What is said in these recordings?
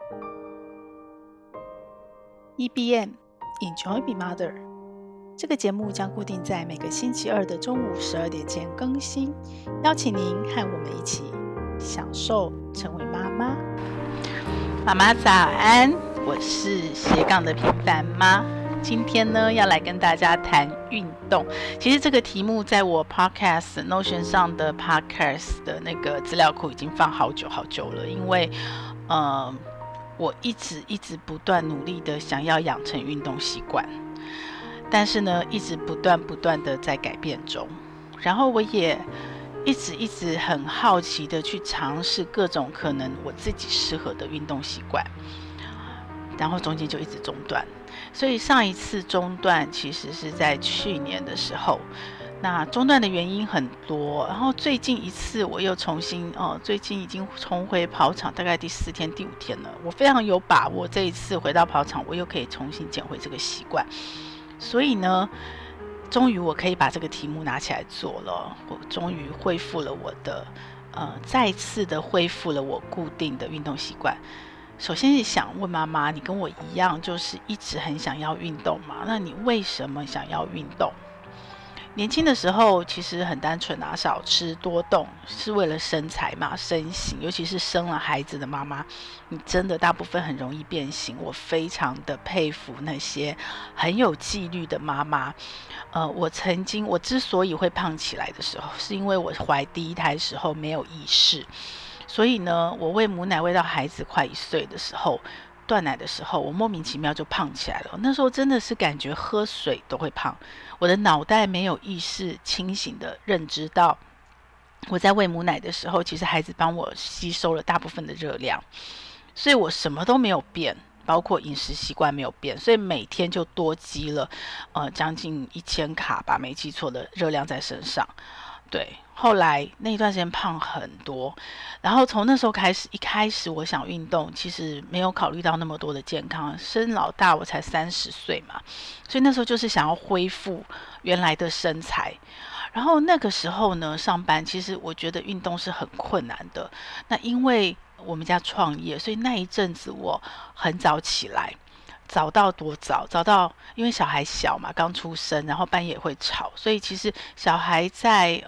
EBM Enjoy Be Mother 这个节目将固定在每个星期二的中午12点前更新，邀请您和我们一起享受成为妈妈。妈妈早安，我是斜杠的平凡妈。今天呢，要来跟大家谈运动。其实这个题目在我 Podcast Notion 上的 Podcast 的那个资料库已经放好久了，因为我一直不断努力的想要养成运动习惯，但是呢，一直不断的在改变中。然后我也一直很好奇的去尝试各种可能我自己适合的运动习惯，然后中间就一直中断。所以上一次中断其实是在去年的时候，那中断的原因很多，然后最近一次我又重新最近已经重回跑场，大概第4天第5天了，我非常有把握这一次回到跑场我又可以重新捡回这个习惯。所以呢，终于我可以把这个题目拿起来做了，我终于恢复了我的再次的恢复了我固定的运动习惯。首先想问妈妈，你跟我一样就是一直很想要运动吗？那你为什么想要运动？年轻的时候其实很单纯啊，少吃多动是为了身材嘛，身形，尤其是生了孩子的妈妈，你真的大部分很容易变形。我非常的佩服那些很有纪律的妈妈。我之所以会胖起来的时候，是因为我怀第一胎时候没有意识，所以呢，我喂母奶喂到孩子快1岁的时候，断奶的时候，我莫名其妙就胖起来了。那时候真的是感觉喝水都会胖，我的脑袋没有意识清醒的认知到，我在喂母奶的时候，其实孩子帮我吸收了大部分的热量，所以我什么都没有变，包括饮食习惯没有变，所以每天就多积了将近1000卡吧，没记错的热量在身上。对，后来那一段时间胖很多，然后从那时候开始，一开始我想运动，其实没有考虑到那么多的健康。生老大我才30岁嘛，所以那时候就是想要恢复原来的身材。然后那个时候呢，上班其实我觉得运动是很困难的。那因为我们家创业，所以那一阵子我很早起来。早到多早？早到因为小孩小嘛，刚出生，然后半夜也会吵，所以其实小孩在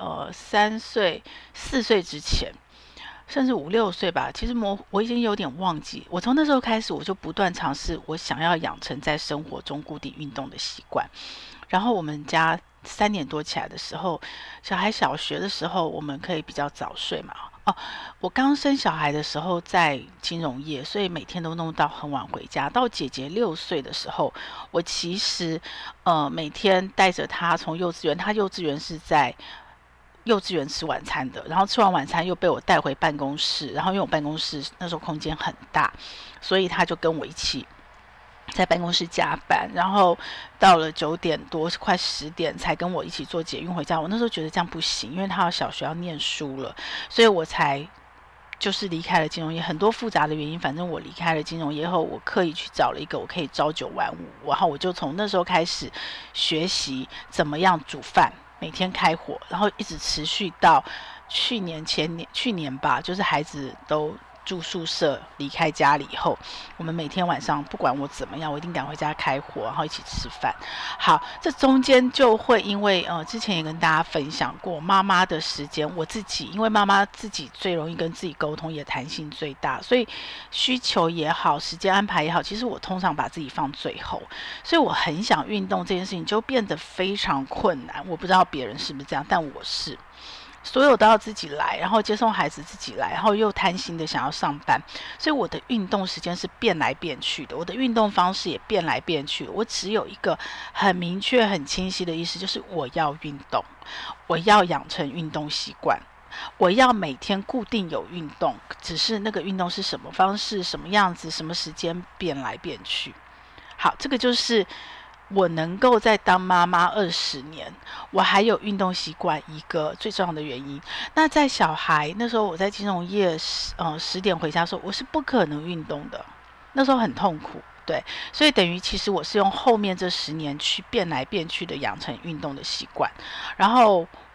3岁、4岁之前，甚至5、6岁吧，其实我已经有点忘记。我从那时候开始，我就不断尝试，我想要养成在生活中固定运动的习惯。然后我们家3点多起来的时候，小孩小学的时候，我们可以比较早睡嘛。我刚生小孩的时候在金融业，所以每天都弄到很晚回家。到姐姐6岁的时候，我其实每天带着她从幼稚园，她幼稚园是在幼稚园吃晚餐的，然后吃完晚餐又被我带回办公室，然后因为我办公室那时候空间很大，所以她就跟我一起在办公室加班，然后到了9点多快10点才跟我一起坐捷运回家。我那时候觉得这样不行，因为他要小学要念书了，所以我才就是离开了金融业。很多复杂的原因，反正我离开了金融业后，我刻意去找了一个我可以朝9晚5，然后我就从那时候开始学习怎么样煮饭，每天开火，然后一直持续到去年吧，就是孩子都住宿舍离开家里以后，我们每天晚上不管我怎么样，我一定赶回家开火，然后一起吃饭。好，这中间就会因为之前也跟大家分享过，妈妈的时间，我自己因为妈妈自己最容易跟自己沟通，也弹性最大，所以需求也好，时间安排也好，其实我通常把自己放最后，所以我很想运动这件事情就变得非常困难。我不知道别人是不是这样，但我是。所有都要自己来，然后接送孩子自己来，然后又贪心的想要上班，所以我的运动时间是变来变去的，我的运动方式也变来变去。我只有一个很明确很清晰的意思，就是我要运动，我要养成运动习惯，我要每天固定有运动，只是那个运动是什么方式、什么样子、什么时间变来变去。好，这个就是我能够在当妈妈20年，我还有运动习惯一个最重要的原因。那在小孩那时候，我在金融业10点回家的时候，我是不可能运动的，那时候很痛苦。对，所以等于其实我是用后面这10年去变来变去的养成运动的习惯。然后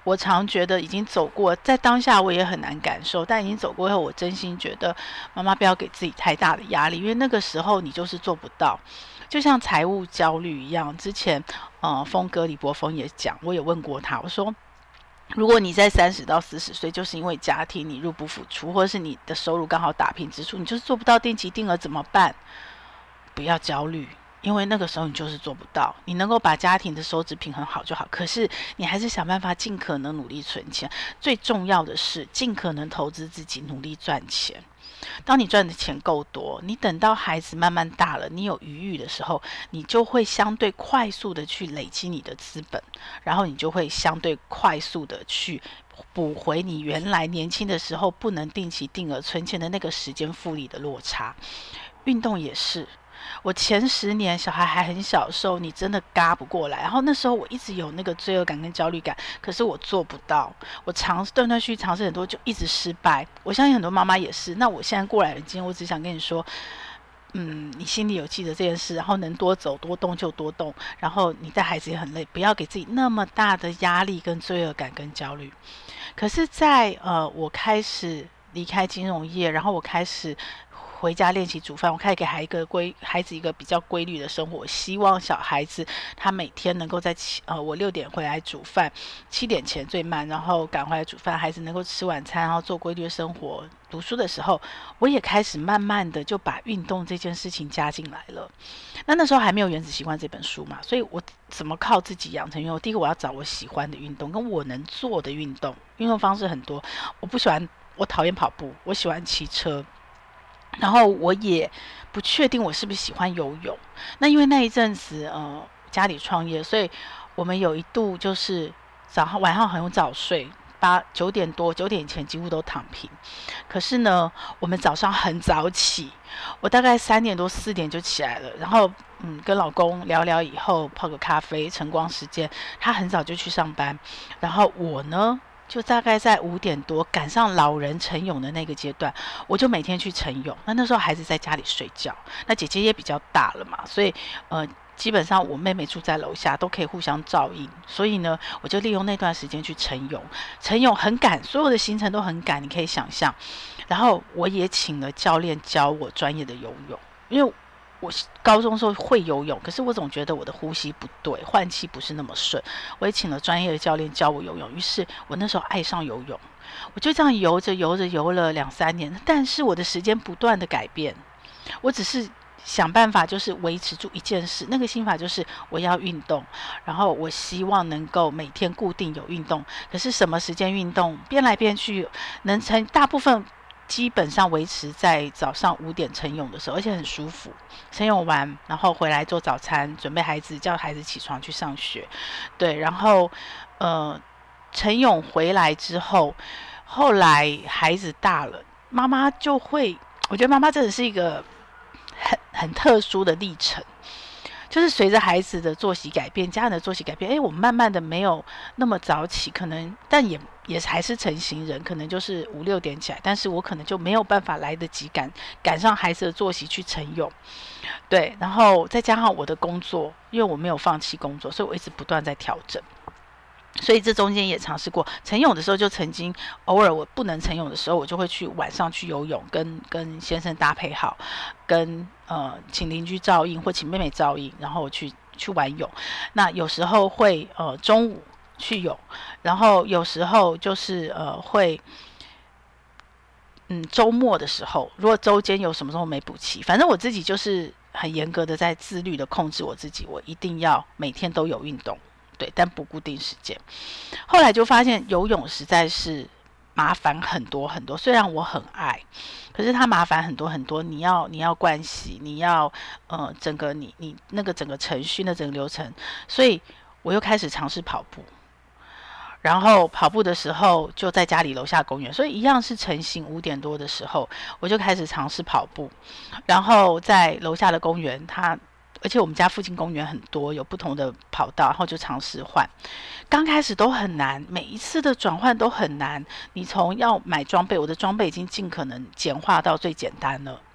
我常觉得已经走过，在当下我也很难感受，但已经走过后，我真心觉得妈妈不要给自己太大的压力，因为那个时候你就是做不到。就像财务焦虑一样，之前峰哥李柏峰也讲，我也问过他，我说如果你在30到40岁，就是因为家庭你入不敷出，或者是你的收入刚好打平支出，你就是做不到定期定额怎么办？不要焦虑，因为那个时候你就是做不到，你能够把家庭的收支平衡好就好。可是你还是想办法尽可能努力存钱，最重要的是尽可能投资自己，努力赚钱。当你赚的钱够多，你等到孩子慢慢大了，你有余裕的时候，你就会相对快速的去累积你的资本，然后你就会相对快速的去补回你原来年轻的时候不能定期定额存钱的那个时间复利的落差。运动也是，我前10年小孩还很小的时候，你真的嘎不过来。然后那时候我一直有那个罪恶感跟焦虑感，可是我做不到。我断断续续尝试很多，就一直失败。我相信很多妈妈也是。那我现在过来人间，我只想跟你说，你心里有记得这件事，然后能多走多动就多动。然后你带孩子也很累，不要给自己那么大的压力跟罪恶感跟焦虑。可是在我开始离开金融业，然后我开始回家练习煮饭，我开始给孩子一个比较规律的生活。我希望小孩子他每天能够在我6点回来煮饭，7点前最慢，然后赶回来煮饭，孩子能够吃晚餐，然后做规律的生活。读书的时候，我也开始慢慢的就把运动这件事情加进来了。那时候还没有《原子习惯》这本书嘛，所以我怎么靠自己养成运动？第一个我要找我喜欢的运动，跟我能做的运动。运动方式很多，我讨厌跑步，我喜欢骑车。然后我也不确定我是不是喜欢游泳。那因为那一阵子家里创业，所以我们有一度就是晚上很早睡，9点多9点以前几乎都躺平。可是呢，我们早上很早起，我大概3点多4点就起来了，然后跟老公聊聊以后，泡个咖啡，晨光时间，他很早就去上班，然后我呢就大概在5点多赶上老人晨泳的那个阶段，我就每天去晨泳。那时候孩子在家里睡觉，那姐姐也比较大了嘛，所以基本上我妹妹住在楼下，都可以互相照应。所以呢，我就利用那段时间去晨泳。晨泳很赶，所有的行程都很赶，你可以想象。然后我也请了教练教我专业的游泳，因为我高中的时候会游泳，可是我总觉得我的呼吸不对，换气不是那么顺。我也请了专业的教练教我游泳，于是我那时候爱上游泳。我就这样游了2-3年，但是我的时间不断的改变，我只是想办法就是维持住一件事，那个心法就是我要运动，然后我希望能够每天固定有运动。可是什么时间运动，变来变去，大部分基本上维持在早上5点晨泳的时候，而且很舒服。晨泳完，然后回来做早餐，准备叫孩子起床去上学。对，然后晨泳回来之后，后来孩子大了，妈妈就会，我觉得妈妈真的是一个很特殊的历程。就是随着孩子的作息改变，家人的作息改变，我们慢慢的没有那么早起，可能但也还是成型人，可能就是5-6点起来，但是我可能就没有办法来得及赶上孩子的作息去晨泳。对，然后再加上我的工作，因为我没有放弃工作，所以我一直不断在调整。所以这中间也尝试过晨泳的时候，就曾经偶尔我不能晨泳的时候，我就会晚上去游泳，跟先生搭配好，跟请邻居照应或请妹妹照应，然后我去玩泳。那有时候会中午去泳，然后有时候就是会周末的时候，如果周间有什么时候没补齐，反正我自己就是很严格的在自律的控制我自己，我一定要每天都有运动。对，但不固定时间。后来就发现游泳实在是麻烦很多很多，虽然我很爱，可是它麻烦很多很多。你要盥洗，你要整个你那个整个程序，那整个流程，所以我又开始尝试跑步。然后跑步的时候就在家里楼下公园，所以一样是晨醒5点多的时候，我就开始尝试跑步。然后在楼下的公园，而且我们家附近公园很多，有不同的跑道，然后就尝试换。刚开始都很难，每一次的转换都很难。你从要买装备，我的装备已经尽可能简化到最简单了。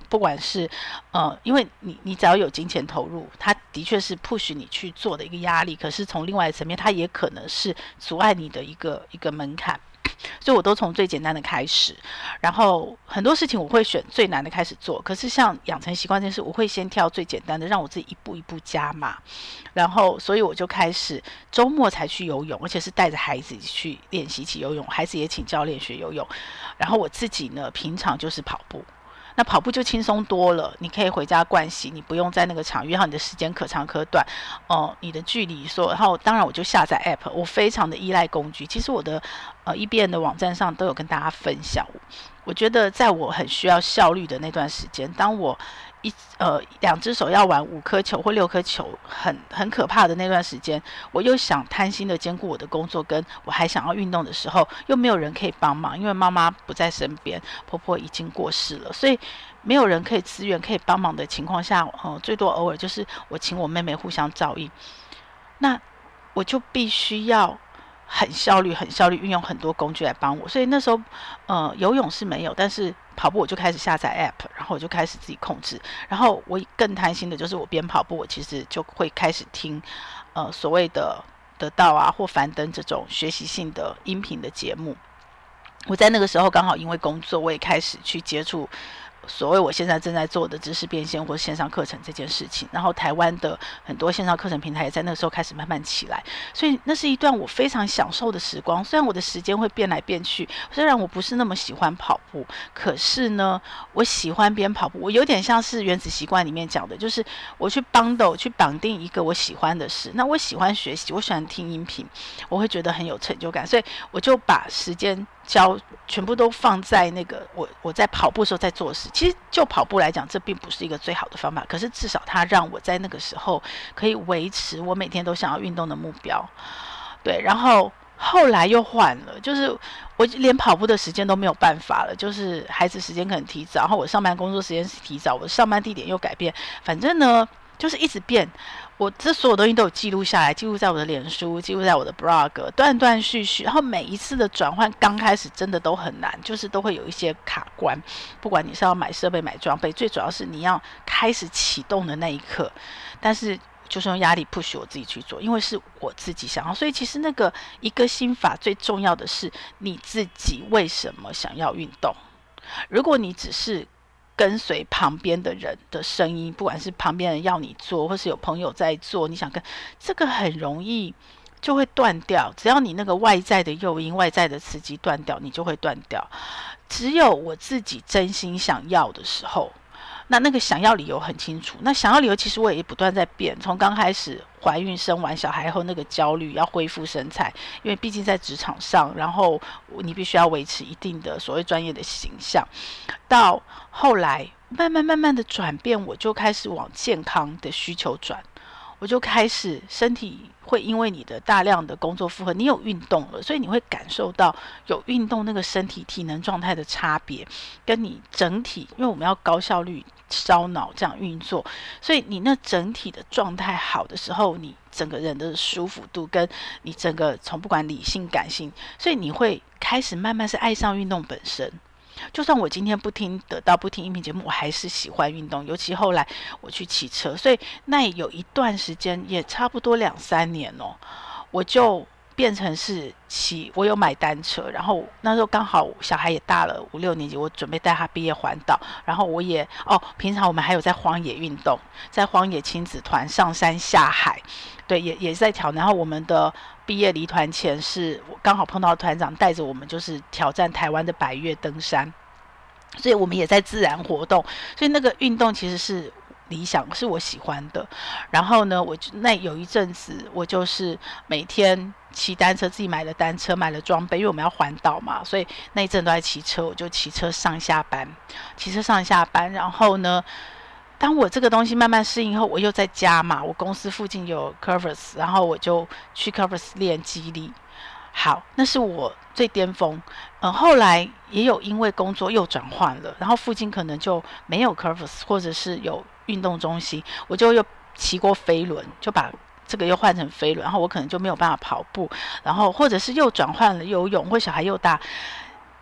不管是因为你只要有金钱投入，它的确是 push 你去做的一个压力，可是从另外一层面，它也可能是阻碍你的一个门槛。所以我都从最简单的开始，然后很多事情我会选最难的开始做，可是像养成习惯这件事，我会先挑最简单的，让我自己一步一步加码。然后所以我就开始周末才去游泳，而且是带着孩子去练习起游泳，孩子也请教练学游泳。然后我自己呢，平常就是跑步。那跑步就轻松多了，你可以回家盥洗，你不用在那个场域，然后你的时间可长可短，你的距离说，然后当然我就下载 app， 我非常的依赖工具。其实我的EBN 的网站上都有跟大家分享，我觉得在我很需要效率的那段时间，当我两只手要玩5颗球或6颗球，很可怕的那段时间，我又想贪心的兼顾我的工作，跟我还想要运动的时候，又没有人可以帮忙，因为妈妈不在身边，婆婆已经过世了，所以没有人可以资源可以帮忙的情况下，最多偶尔就是我请我妹妹互相照应，那我就必须要很效率运用很多工具来帮我。所以那时候游泳是没有，但是跑步我就开始下载 app， 然后我就开始自己控制。然后我更贪心的就是我边跑步我其实就会开始听所谓的得到啊或樊登这种学习性的音频的节目。我在那个时候刚好因为工作，我也开始去接触所谓我现在正在做的知识变现或线上课程这件事情，然后台湾的很多线上课程平台也在那个时候开始慢慢起来，所以那是一段我非常享受的时光。虽然我的时间会变来变去，虽然我不是那么喜欢跑步，可是呢我喜欢边跑步。我有点像是原子习惯里面讲的，就是我去绑定一个我喜欢的事。那我喜欢学习，我喜欢听音频，我会觉得很有成就感，所以我就把时间全部都放在那个我在跑步的时候在做事。其实就跑步来讲，这并不是一个最好的方法，可是至少它让我在那个时候可以维持我每天都想要运动的目标。对，然后后来又换了，就是我连跑步的时间都没有办法了，就是孩子时间可能提早，然后我上班工作时间是提早，我的上班地点又改变，反正呢就是一直变。我这所有东西都有记录下来，记录在我的脸书，记录在我的 blog， 断断续续，然后每一次的转换刚开始真的都很难，就是都会有一些卡关。不管你是要买设备买装备，最主要是你要开始启动的那一刻，但是就是用压力 push 我自己去做，因为是我自己想要。所以其实那个一个心法最重要的是你自己为什么想要运动。如果你只是跟随旁边的人的声音，不管是旁边人要你做，或是有朋友在做，你想跟这个很容易就会断掉。只要你那个外在的诱因、外在的刺激断掉，你就会断掉。只有我自己真心想要的时候，那个想要理由很清楚。那想要理由其实我也不断在变，从刚开始怀孕生完小孩后那个焦虑要恢复身材，因为毕竟在职场上，然后你必须要维持一定的所谓专业的形象，到后来慢慢的转变，我就开始往健康的需求转。我就开始身体会因为你的大量的工作负荷，你有运动了，所以你会感受到有运动那个身体体能状态的差别，跟你整体，因为我们要高效率烧脑这样运作，所以你那整体的状态好的时候，你整个人的舒服度跟你整个从不管理性感性，所以你会开始慢慢是爱上运动本身。就算我今天不听得到不听音频节目，我还是喜欢运动，尤其后来我去骑车，所以那有一段时间也差不多2-3年我就变成是我有买单车，然后那时候刚好小孩也大了5-6年级，我准备带他毕业环岛，然后我也平常我们还有在荒野运动，在荒野亲子团上山下海，对，也在挑战。然后我们的毕业离团前是我刚好碰到团长带着我们就是挑战台湾的百岳登山，所以我们也在自然活动，所以那个运动其实是理想，是我喜欢的。然后呢，那有一阵子我就是每天骑单车，自己买了单车，买了装备，因为我们要环岛嘛，所以那一阵都在骑车，我就骑车上下班。然后呢，当我这个东西慢慢适应后，我又在家嘛，我公司附近有 Curves， 然后我就去 Curves 练肌力。好，那是我最巅峰。后来也有因为工作又转换了，然后附近可能就没有 Curves 或者是有运动中心，我就又骑过飞轮，就把这个又换成飞轮，然后我可能就没有办法跑步，然后或者是又转换了游泳，或小孩又大。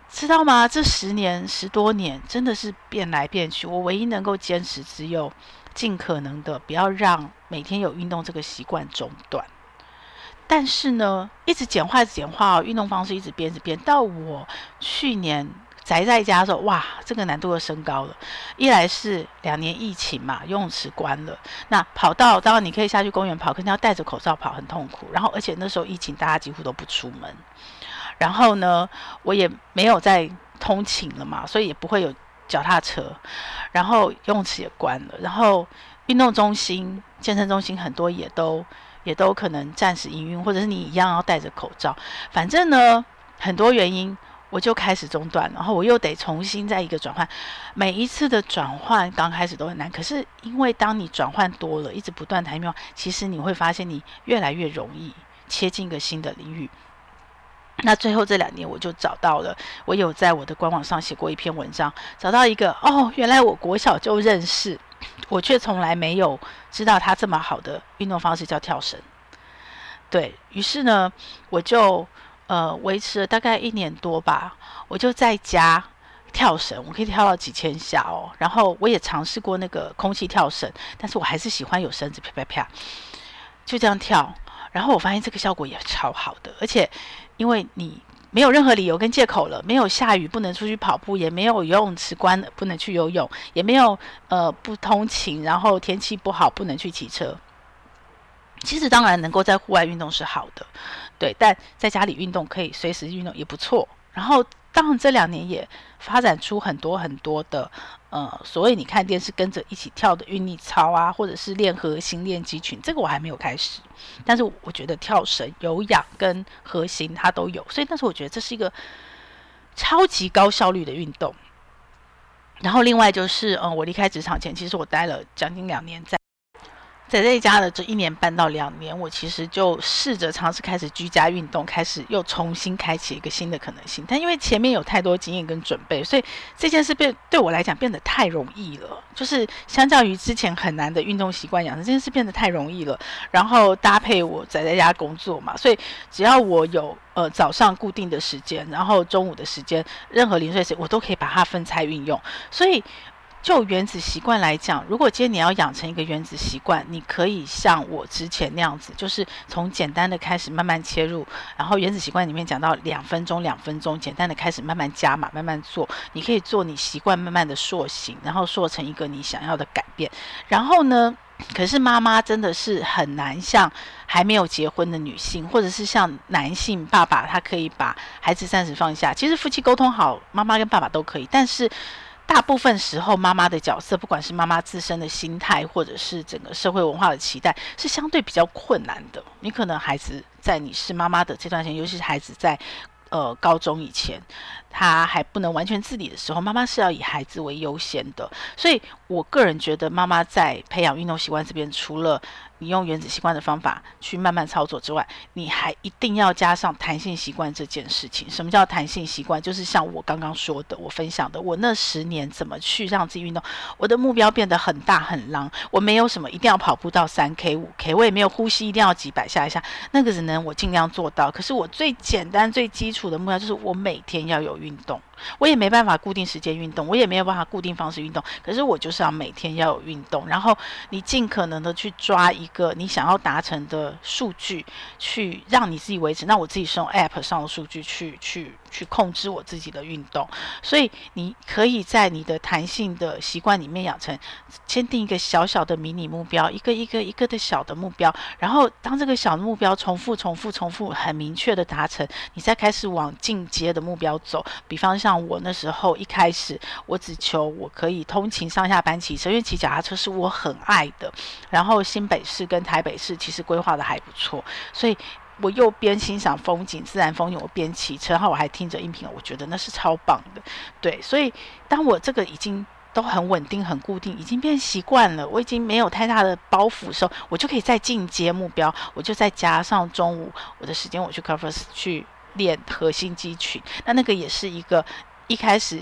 知道吗？这10多年真的是变来变去，我唯一能够坚持只有尽可能的不要让每天有运动这个习惯中断。但是呢，一直简化运动方式一直变，到我去年宅在家的时候，哇，这个难度又升高了。一来是2年疫情嘛，游泳池关了，那跑道当然你可以下去公园跑，可是要戴着口罩跑，很痛苦。然后而且那时候疫情，大家几乎都不出门。然后呢，我也没有在通勤了嘛，所以也不会有脚踏车。然后游泳池也关了，然后运动中心、健身中心很多也都可能暂时营运，或者是你一样要戴着口罩。反正呢，很多原因我就开始中断，然后我又得重新再一个转换。每一次的转换刚开始都很难，可是因为当你转换多了，一直不断台面，其实你会发现你越来越容易切进一个新的领域。那最后这2年我就找到了，我有在我的官网上写过一篇文章，找到一个原来我国小就认识，我却从来没有知道他这么好的运动方式叫跳绳。对，于是呢，我就维持了大概1年多吧，我就在家跳绳，我可以跳到几千下哦。然后我也尝试过那个空气跳绳，但是我还是喜欢有绳子啪啪啪，就这样跳。然后我发现这个效果也超好的，而且因为你没有任何理由跟借口了，没有下雨不能出去跑步，也没有游泳池关了不能去游泳，也没有不通勤，然后天气不好不能去骑车。其实当然能够在户外运动是好的，对，但在家里运动可以随时运动也不错。然后当然这2年也发展出很多很多的所谓你看电视跟着一起跳的韵律操啊，或者是练核心、练肌群，这个我还没有开始。但是我觉得跳绳、有氧跟核心它都有，所以但是我觉得这是一个超级高效率的运动。然后另外就是我离开职场前，其实我待了将近2年在家的这1年半到2年，我其实就试着尝试开始居家运动，开始又重新开启一个新的可能性。但因为前面有太多经验跟准备，所以这件事对我来讲变得太容易了。就是相较于之前很难的运动习惯养成，这件事变得太容易了。然后搭配我在家工作嘛，所以只要我有早上固定的时间，然后中午的时间，任何零碎时间我都可以把它分拆运用。所以就原子习惯来讲，如果今天你要养成一个原子习惯，你可以像我之前那样子，就是从简单的开始慢慢切入，然后原子习惯里面讲到2分钟，简单的开始慢慢加码，慢慢做，你可以做你习惯慢慢的塑形，然后塑成一个你想要的改变。然后呢，可是妈妈真的是很难像还没有结婚的女性，或者是像男性爸爸，他可以把孩子暂时放下。其实夫妻沟通好，妈妈跟爸爸都可以，但是大部分时候妈妈的角色，不管是妈妈自身的心态，或者是整个社会文化的期待，是相对比较困难的。你可能孩子在你是妈妈的这段时间，尤其是孩子在高中以前，他还不能完全自理的时候，妈妈是要以孩子为优先的。所以我个人觉得，妈妈在培养运动习惯这边，除了你用原子习惯的方法去慢慢操作之外，你还一定要加上弹性习惯这件事情。什么叫弹性习惯？就是像我刚刚说的，我分享的，我那10年怎么去让自己运动，我的目标变得很大很浪。我没有什么一定要跑步到3K、5K，我也没有呼吸一定要几百下一下，那个只能我尽量做到。可是我最简单、最基础的目标就是我每天要有运动。我也没办法固定时间运动，我也没有办法固定方式运动，可是我就是要每天要有运动。然后你尽可能的去抓一个你想要达成的数据，去让你自己维持。那我自己是用 App 上的数据去控制我自己的运动，所以你可以在你的弹性的习惯里面养成，先定一个小小的迷你目标，一个的小的目标，然后当这个小的目标重复很明确的达成，你再开始往进阶的目标走。比方像我那时候一开始，我只求我可以通勤上下班骑车，因为骑脚踏车是我很爱的。然后新北市跟台北市其实规划的还不错，所以我又边欣赏风景，自然风景，我边骑车，然后我还听着音频，我觉得那是超棒的。对，所以当我这个已经都很稳定、很固定，已经变习惯了，我已经没有太大的包袱的时候，我就可以再进阶目标，我就再加上中午我的时间，我去 cover 去练核心肌群。那个也是一个一开始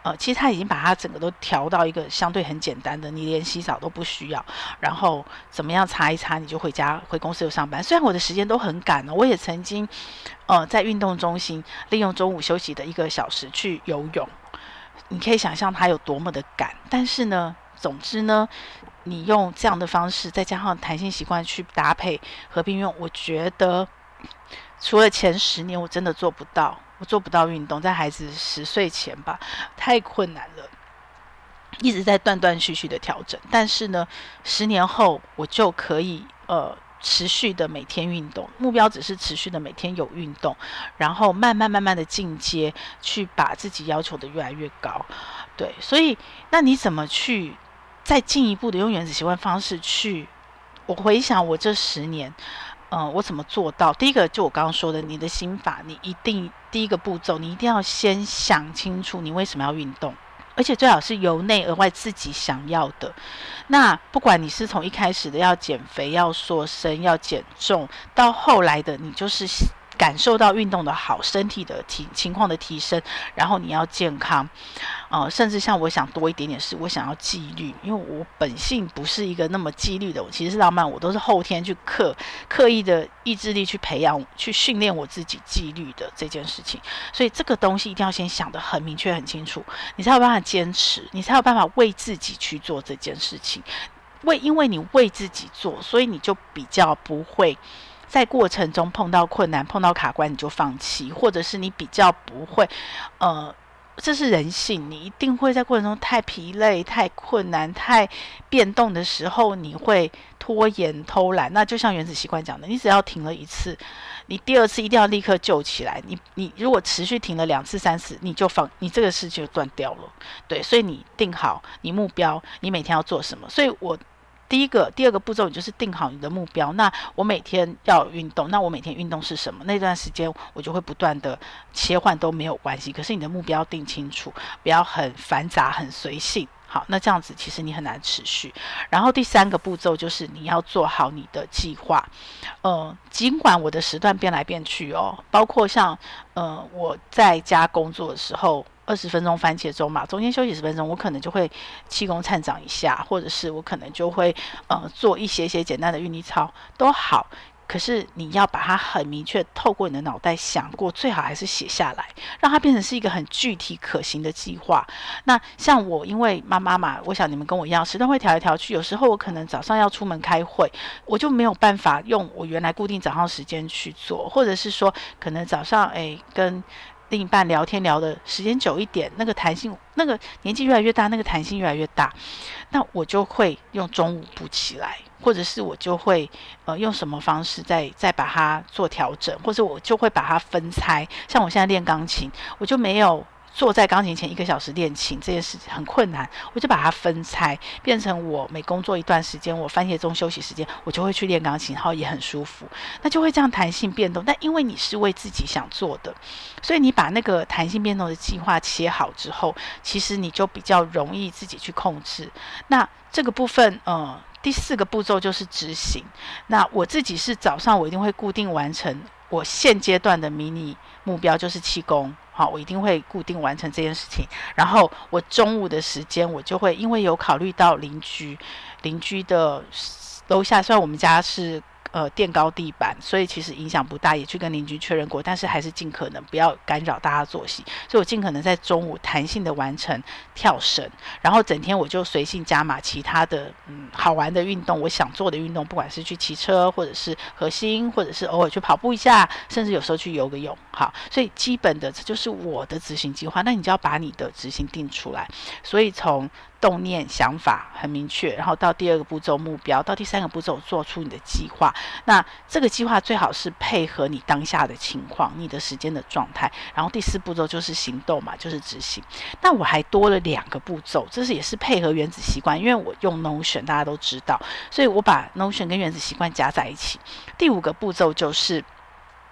其实他已经把它整个都调到一个相对很简单的，你连洗澡都不需要，然后怎么样擦一擦你就回公司就上班。虽然我的时间都很赶我也曾经在运动中心利用中午休息的1个小时去游泳，你可以想象它有多么的赶。但是呢，总之呢，你用这样的方式再加上弹性习惯去搭配合并用，我觉得除了前10年我真的做不到，我做不到运动，在孩子10岁前吧，太困难了，一直在断断续续的调整。但是呢，10年后我就可以持续的每天运动，目标只是持续的每天有运动，然后慢慢的进阶，去把自己要求的越来越高。对，所以那你怎么去再进一步的用原子习惯方式去？我回想我这10年，我怎么做到？第一个就我刚刚说的，你的心法，你一定第一个步骤，你一定要先想清楚你为什么要运动，而且最好是由内而外自己想要的。那不管你是从一开始的要减肥、要塑身、要减重，到后来的你就是感受到运动的好，身体的情况的提升，然后你要健康，甚至像我想多一点点是我想要纪律，因为我本性不是一个那么纪律的，我其实是浪漫，我都是后天去刻意的意志力去培养、去训练我自己纪律的这件事情。所以这个东西一定要先想得很明确、很清楚，你才有办法坚持，你才有办法为自己去做这件事情。因为你为自己做，所以你就比较不会在过程中碰到困难、碰到卡关你就放弃，或者是你比较不会这是人性，你一定会在过程中太疲累、太困难、太变动的时候，你会拖延、偷懒。那就像原子习惯讲的，你只要停了1次，你第2次一定要立刻救起来。你如果持续停了2次、3次，你这个事就断掉了。对，所以你定好你目标，你每天要做什么。所以我第2个步骤，你就是定好你的目标。那我每天要运动，那我每天运动是什么？那段时间我就会不断的切换都没有关系。可是你的目标定清楚，不要很繁杂、很随性。好，那这样子其实你很难持续。然后第3个步骤就是你要做好你的计划。尽管我的时段变来变去包括像我在家工作的时候，20分钟番茄钟嘛，中间休息10分钟，我可能就会气功颤掌一下，或者是我可能就会做一些简单的韵律操都好。可是你要把它很明确透过你的脑袋想过，最好还是写下来，让它变成是一个很具体可行的计划。那像我因为妈妈嘛，我想你们跟我一样，时段会调来调去，有时候我可能早上要出门开会，我就没有办法用我原来固定早上时间去做，或者是说可能早上跟另一半聊天聊的时间久一点，那个弹性，那个年纪越来越大，那个弹性越来越大，那我就会用中午补起来，或者是我就会用什么方式再把它做调整，或者我就会把它分拆。像我现在练钢琴，我就没有坐在钢琴前1个小时练琴，这件事很困难，我就把它分拆，变成我每工作一段时间，我番茄钟休息时间，我就会去练钢琴，然后也很舒服，那就会这样弹性变动。但因为你是为自己想做的，所以你把那个弹性变动的计划切好之后，其实你就比较容易自己去控制。那这个部分第4个步骤就是执行。那我自己是早上我一定会固定完成我现阶段的迷你目标，就是气功。好，我一定会固定完成这件事情。然后我中午的时间，我就会因为有考虑到邻居的楼下，虽然我们家是垫高地板，所以其实影响不大，也去跟邻居确认过，但是还是尽可能不要干扰大家作息，所以我尽可能在中午弹性的完成跳绳，然后整天我就随性加码其他的好玩的运动，我想做的运动，不管是去骑车，或者是核心，或者是偶尔去跑步一下，甚至有时候去游个泳。好，所以基本的这就是我的执行计划，那你就要把你的执行定出来。所以从动念想法很明确，然后到第2个步骤目标，到第3个步骤做出你的计划。那这个计划最好是配合你当下的情况、你的时间的状态。然后第4步骤就是行动嘛，就是执行。那我还多了2个步骤，这也是配合原子习惯，因为我用 Notion 大家都知道，所以我把 Notion 跟原子习惯加在一起。第5个步骤就是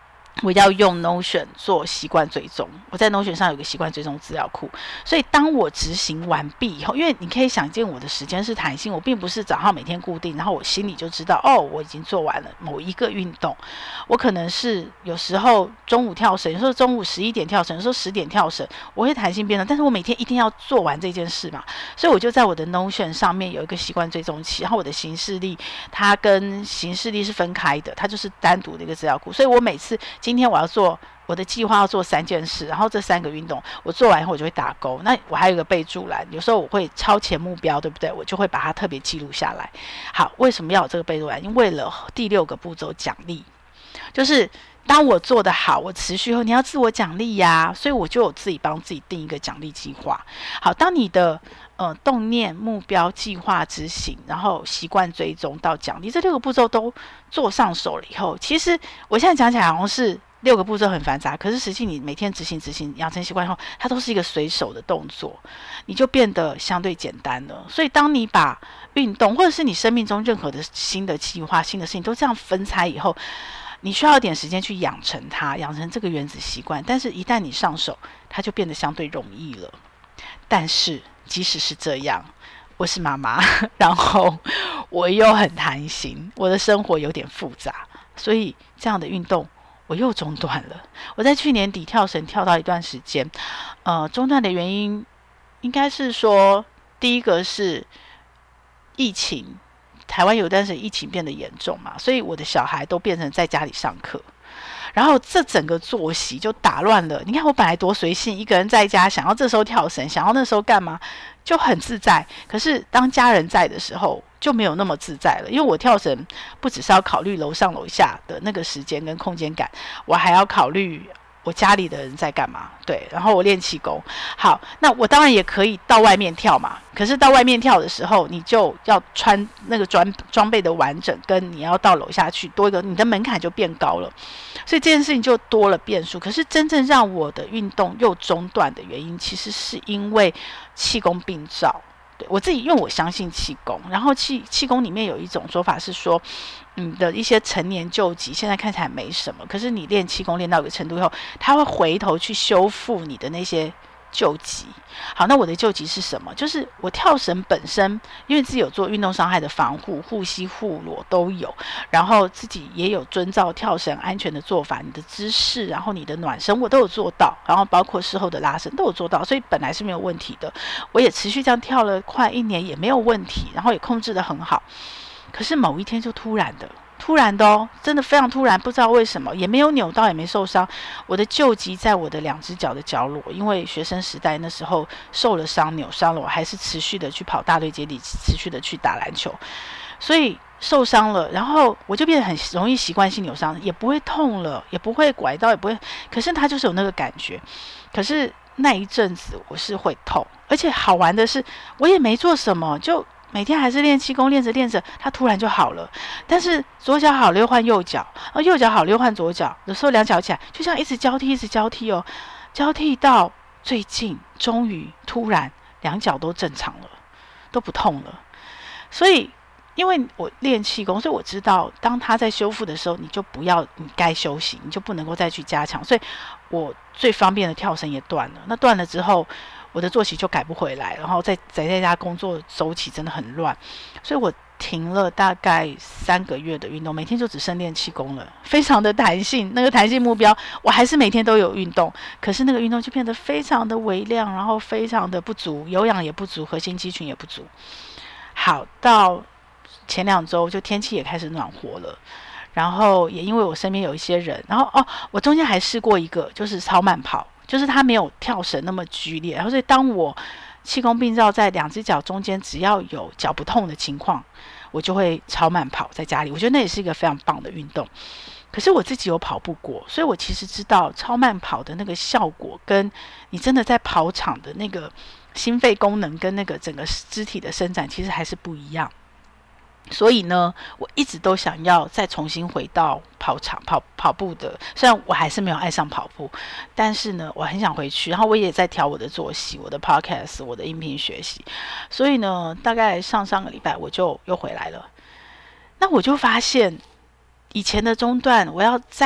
我要用 Notion 做习惯追踪，我在 Notion 上有个习惯追踪资料库，所以当我执行完毕以后，因为你可以想见我的时间是弹性，我并不是早上每天固定，然后我心里就知道我已经做完了某一个运动，我可能是有时候中午跳绳，有时候中午11点跳绳，有时候10点跳绳，我会弹性变动，但是我每天一定要做完这件事嘛，所以我就在我的 Notion 上面有一个习惯追踪器，然后我的行事历它跟行事历是分开的，它就是单独的一个资料库，所以我每次今天我要做我的计划要做3件事，然后这3个运动我做完以后我就会打勾。那我还有一个备注栏，有时候我会超前目标，对不对？我就会把它特别记录下来。好，为什么要有这个备注栏？因为为了第6个步骤奖励，就是当我做得好，我持续后你要自我奖励呀，所以我就有自己帮自己定一个奖励计划。好，当你的动念、目标、计划、执行，然后习惯追踪到奖励，这6个步骤都做上手了以后，其实我现在讲起来好像是6个步骤很繁杂，可是实际你每天执行养成习惯后，它都是一个随手的动作，你就变得相对简单了。所以当你把运动或者是你生命中任何的新的计划、新的事情都这样分拆以后，你需要一点时间去养成它，养成这个原子习惯，但是一旦你上手，它就变得相对容易了。但是即使是这样，我是妈妈，然后我又很贪心，我的生活有点复杂，所以这样的运动我又中断了。我在去年底跳绳跳到一段时间，中断的原因应该是说，第一个是疫情，台湾有段时间疫情变得严重嘛，所以我的小孩都变成在家里上课，然后这整个作息就打乱了。你看我本来多随性，一个人在家，想要这时候跳绳，想要那时候干嘛，就很自在。可是当家人在的时候，就没有那么自在了。因为我跳绳不只是要考虑楼上楼下的那个时间跟空间感，我还要考虑我家里的人在干嘛，对，然后我练气功。好，那我当然也可以到外面跳嘛，可是到外面跳的时候，你就要穿那个装备的完整，跟你要到楼下去多一个，你的门槛就变高了，所以这件事情就多了变数。可是真正让我的运动又中断的原因，其实是因为气功病灶。对，我自己，因为我相信气功，然后气功里面有一种说法是说，你的一些陈年旧疾现在看起来没什么，可是你练气功练到一个程度以后，它会回头去修复你的那些救急。好，那我的救急是什么？就是我跳绳本身，因为自己有做运动伤害的防护，护膝护裸都有，然后自己也有遵照跳绳安全的做法，你的姿势，然后你的暖身我都有做到，然后包括事后的拉伸都有做到，所以本来是没有问题的。我也持续这样跳了快1年也没有问题，然后也控制得很好。可是某一天就突然的哦，真的非常突然，不知道为什么，也没有扭到，也没受伤。我的旧疾在我的2只脚的脚踝，因为学生时代那时候受了伤，扭伤了，我还是持续的去跑大队接力，持续的去打篮球，所以受伤了，然后我就变得很容易习惯性扭伤，也不会痛了，也不会拐到，也不会，可是它就是有那个感觉。可是那一阵子我是会痛，而且好玩的是，我也没做什么，就每天还是练气功，练着，它突然就好了。但是左脚好了又换右脚，右脚好了又换左脚，有时候2脚起来，就像一直交替哦，交替到最近，终于突然2脚都正常了，都不痛了。所以，因为我练气功，所以我知道，当它在修复的时候，你该休息，你就不能够再去加强。所以我最方便的跳绳也断了。那断了之后，我的作息就改不回来，然后在家工作周期真的很乱，所以我停了大概3个月的运动，每天就只剩练气功了，非常的弹性。那个弹性目标，我还是每天都有运动，可是那个运动就变得非常的微量，然后非常的不足，有氧也不足，核心肌群也不足。好，到前2周就天气也开始暖和了，然后也因为我身边有一些人，然后我中间还试过一个，就是超慢跑。就是它没有跳绳那么剧烈，然后所以当我气功病灶在2只脚中间，只要有脚不痛的情况，我就会超慢跑在家里。我觉得那也是一个非常棒的运动。可是我自己有跑步过，所以我其实知道超慢跑的那个效果，跟你真的在跑场的那个心肺功能跟那个整个肢体的伸展，其实还是不一样。所以呢，我一直都想要再重新回到跑场跑步的，虽然我还是没有爱上跑步，但是呢，我很想回去。然后我也在调我的作息、我的 podcast、我的音频学习。所以呢，大概上个礼拜我就又回来了。那我就发现，以前的中断，我要再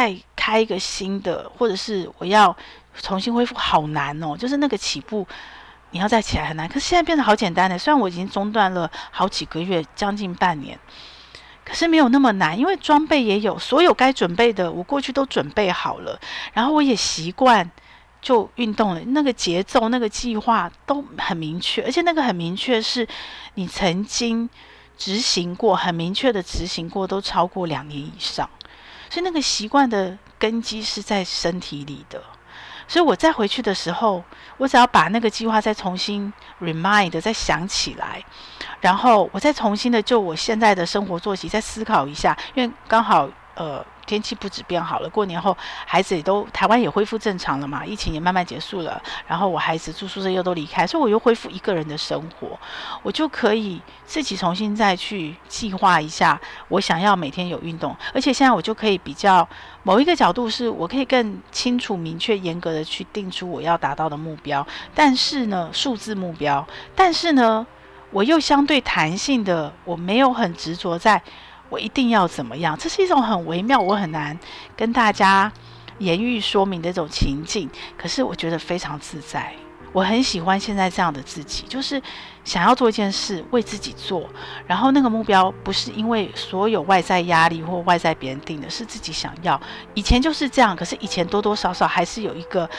开一个新的，或者是我要重新恢复，好难哦，就是那个起步你要再起来很难。可是现在变得好简单的，虽然我已经中断了好几个月，将近半年，可是没有那么难，因为装备也有，所有该准备的我过去都准备好了，然后我也习惯就运动了，那个节奏那个计划都很明确，而且那个很明确是你曾经执行过，很明确的执行过，都超过2年以上，所以那个习惯的根基是在身体里的。所以我再回去的时候，我只要把那个计划再重新 remind 再想起来，然后我再重新的就我现在的生活作息再思考一下，因为刚好天气不止变好了，过年后孩子也都台湾也恢复正常了嘛，疫情也慢慢结束了，然后我孩子住宿舍又都离开，所以我又恢复一个人的生活，我就可以自己重新再去计划一下我想要每天有运动，而且现在我就可以比较某一个角度是我可以更清楚明确严格的去定出我要达到的目标，但是呢数字目标，但是呢我又相对弹性的，我没有很执着在我一定要怎么样，这是一种很微妙，我很难跟大家言语说明的这种情境，可是我觉得非常自在，我很喜欢现在这样的自己，就是想要做一件事为自己做，然后那个目标不是因为所有外在压力或外在别人定的，是自己想要，以前就是这样，可是以前多多少少还是有一个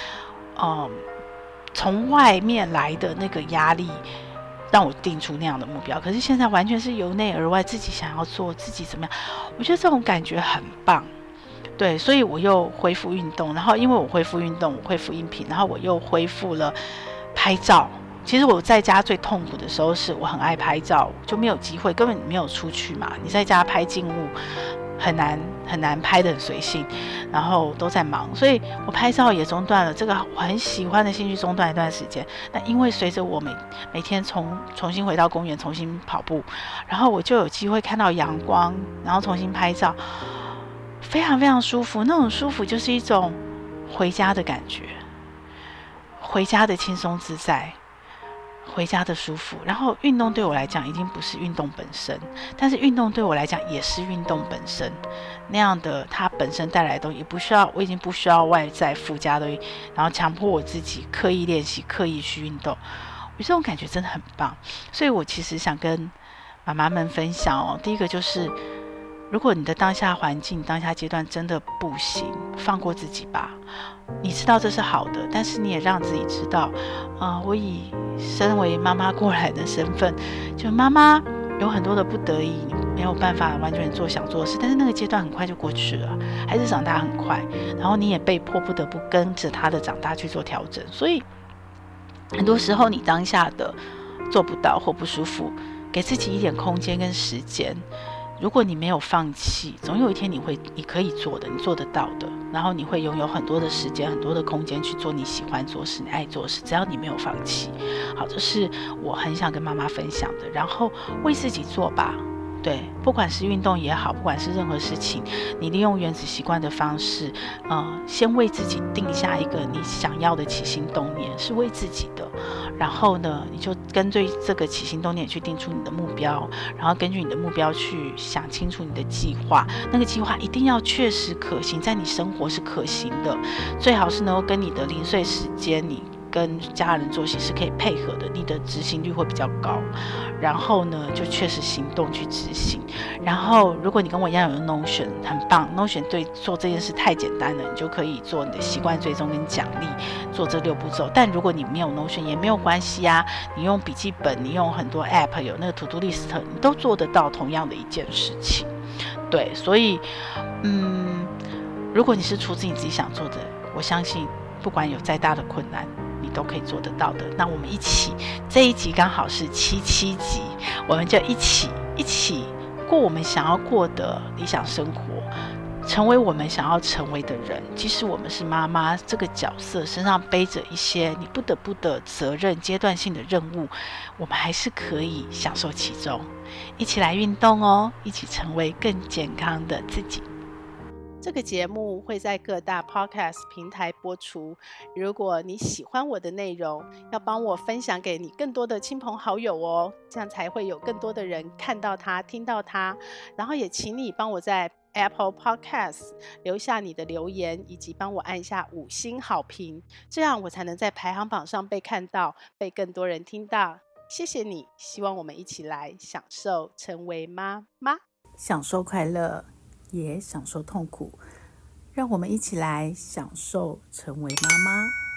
从外面来的那个压力让我定出那样的目标，可是现在完全是由内而外，自己想要做，自己怎么样，我觉得这种感觉很棒。对，所以我又恢复运动，然后因为我恢复运动，我恢复音频，然后我又恢复了拍照。其实我在家最痛苦的时候是我很爱拍照，就没有机会，根本没有出去嘛，你在家拍静物很难拍得很随性，然后都在忙，所以我拍照也中断了，这个我很喜欢的兴趣中断一段时间。那因为随着我每天重新回到公园重新跑步，然后我就有机会看到阳光，然后重新拍照，非常非常舒服，那种舒服就是一种回家的感觉，回家的轻松自在，回家的舒服。然后运动对我来讲已经不是运动本身，但是运动对我来讲也是运动本身，那样的它本身带来的东西，我已经不需要外在附加的，然后强迫我自己刻意练习，刻意去运动，我觉得这种感觉真的很棒。所以我其实想跟妈妈们分享第一个就是如果你的当下环境当下阶段真的不行，放过自己吧，你知道这是好的，但是你也让自己知道我以身为妈妈过来的身份，就妈妈有很多的不得已，你没有办法完全做想做的事，但是那个阶段很快就过去了，孩子长大很快，然后你也被迫不得不跟着他的长大去做调整，所以很多时候你当下的做不到或不舒服，给自己一点空间跟时间，如果你没有放弃，总有一天你可以做的，你做得到的，然后你会拥有很多的时间，很多的空间去做你喜欢做事，你爱做事，只要你没有放弃。好，这是我很想跟妈妈分享的。然后为自己做吧，对，不管是运动也好，不管是任何事情，你利用原子习惯的方式，先为自己定下一个你想要的起心动念，是为自己的。然后呢，你就根据这个起心动念去定出你的目标，然后根据你的目标去想清楚你的计划。那个计划一定要确实可行，在你生活是可行的，最好是能够跟你的零碎时间，你跟家人作息是可以配合的，你的执行率会比较高。然后呢，就确实行动去执行。然后如果你跟我一样有 Notion， 很棒， Notion 对做这件事太简单了，你就可以做你的习惯追踪跟奖励，做这6步骤。但如果你没有 Notion 也没有关系啊，你用笔记本，你用很多 App， 有那个 To Do List， 你都做得到同样的一件事情。对，所以如果你是出自你自己想做的，我相信不管有再大的困难你都可以做得到的。那我们一起，这一集刚好是77集，我们就一起过我们想要过的理想生活，成为我们想要成为的人。即使我们是妈妈这个角色，身上背着一些你不得不的责任，阶段性的任务，我们还是可以享受其中。一起来运动哦，一起成为更健康的自己。这个节目会在各大 podcast 平台播出，如果你喜欢我的内容，要帮我分享给你更多的亲朋好友哦，这样才会有更多的人看到它听到它。然后也请你帮我在 Apple Podcast 留下你的留言，以及帮我按下5星好评，这样我才能在排行榜上被看到，被更多人听到。谢谢你，希望我们一起来享受成为妈妈， 享受快乐，也享受痛苦。让我们一起来享受成为妈妈。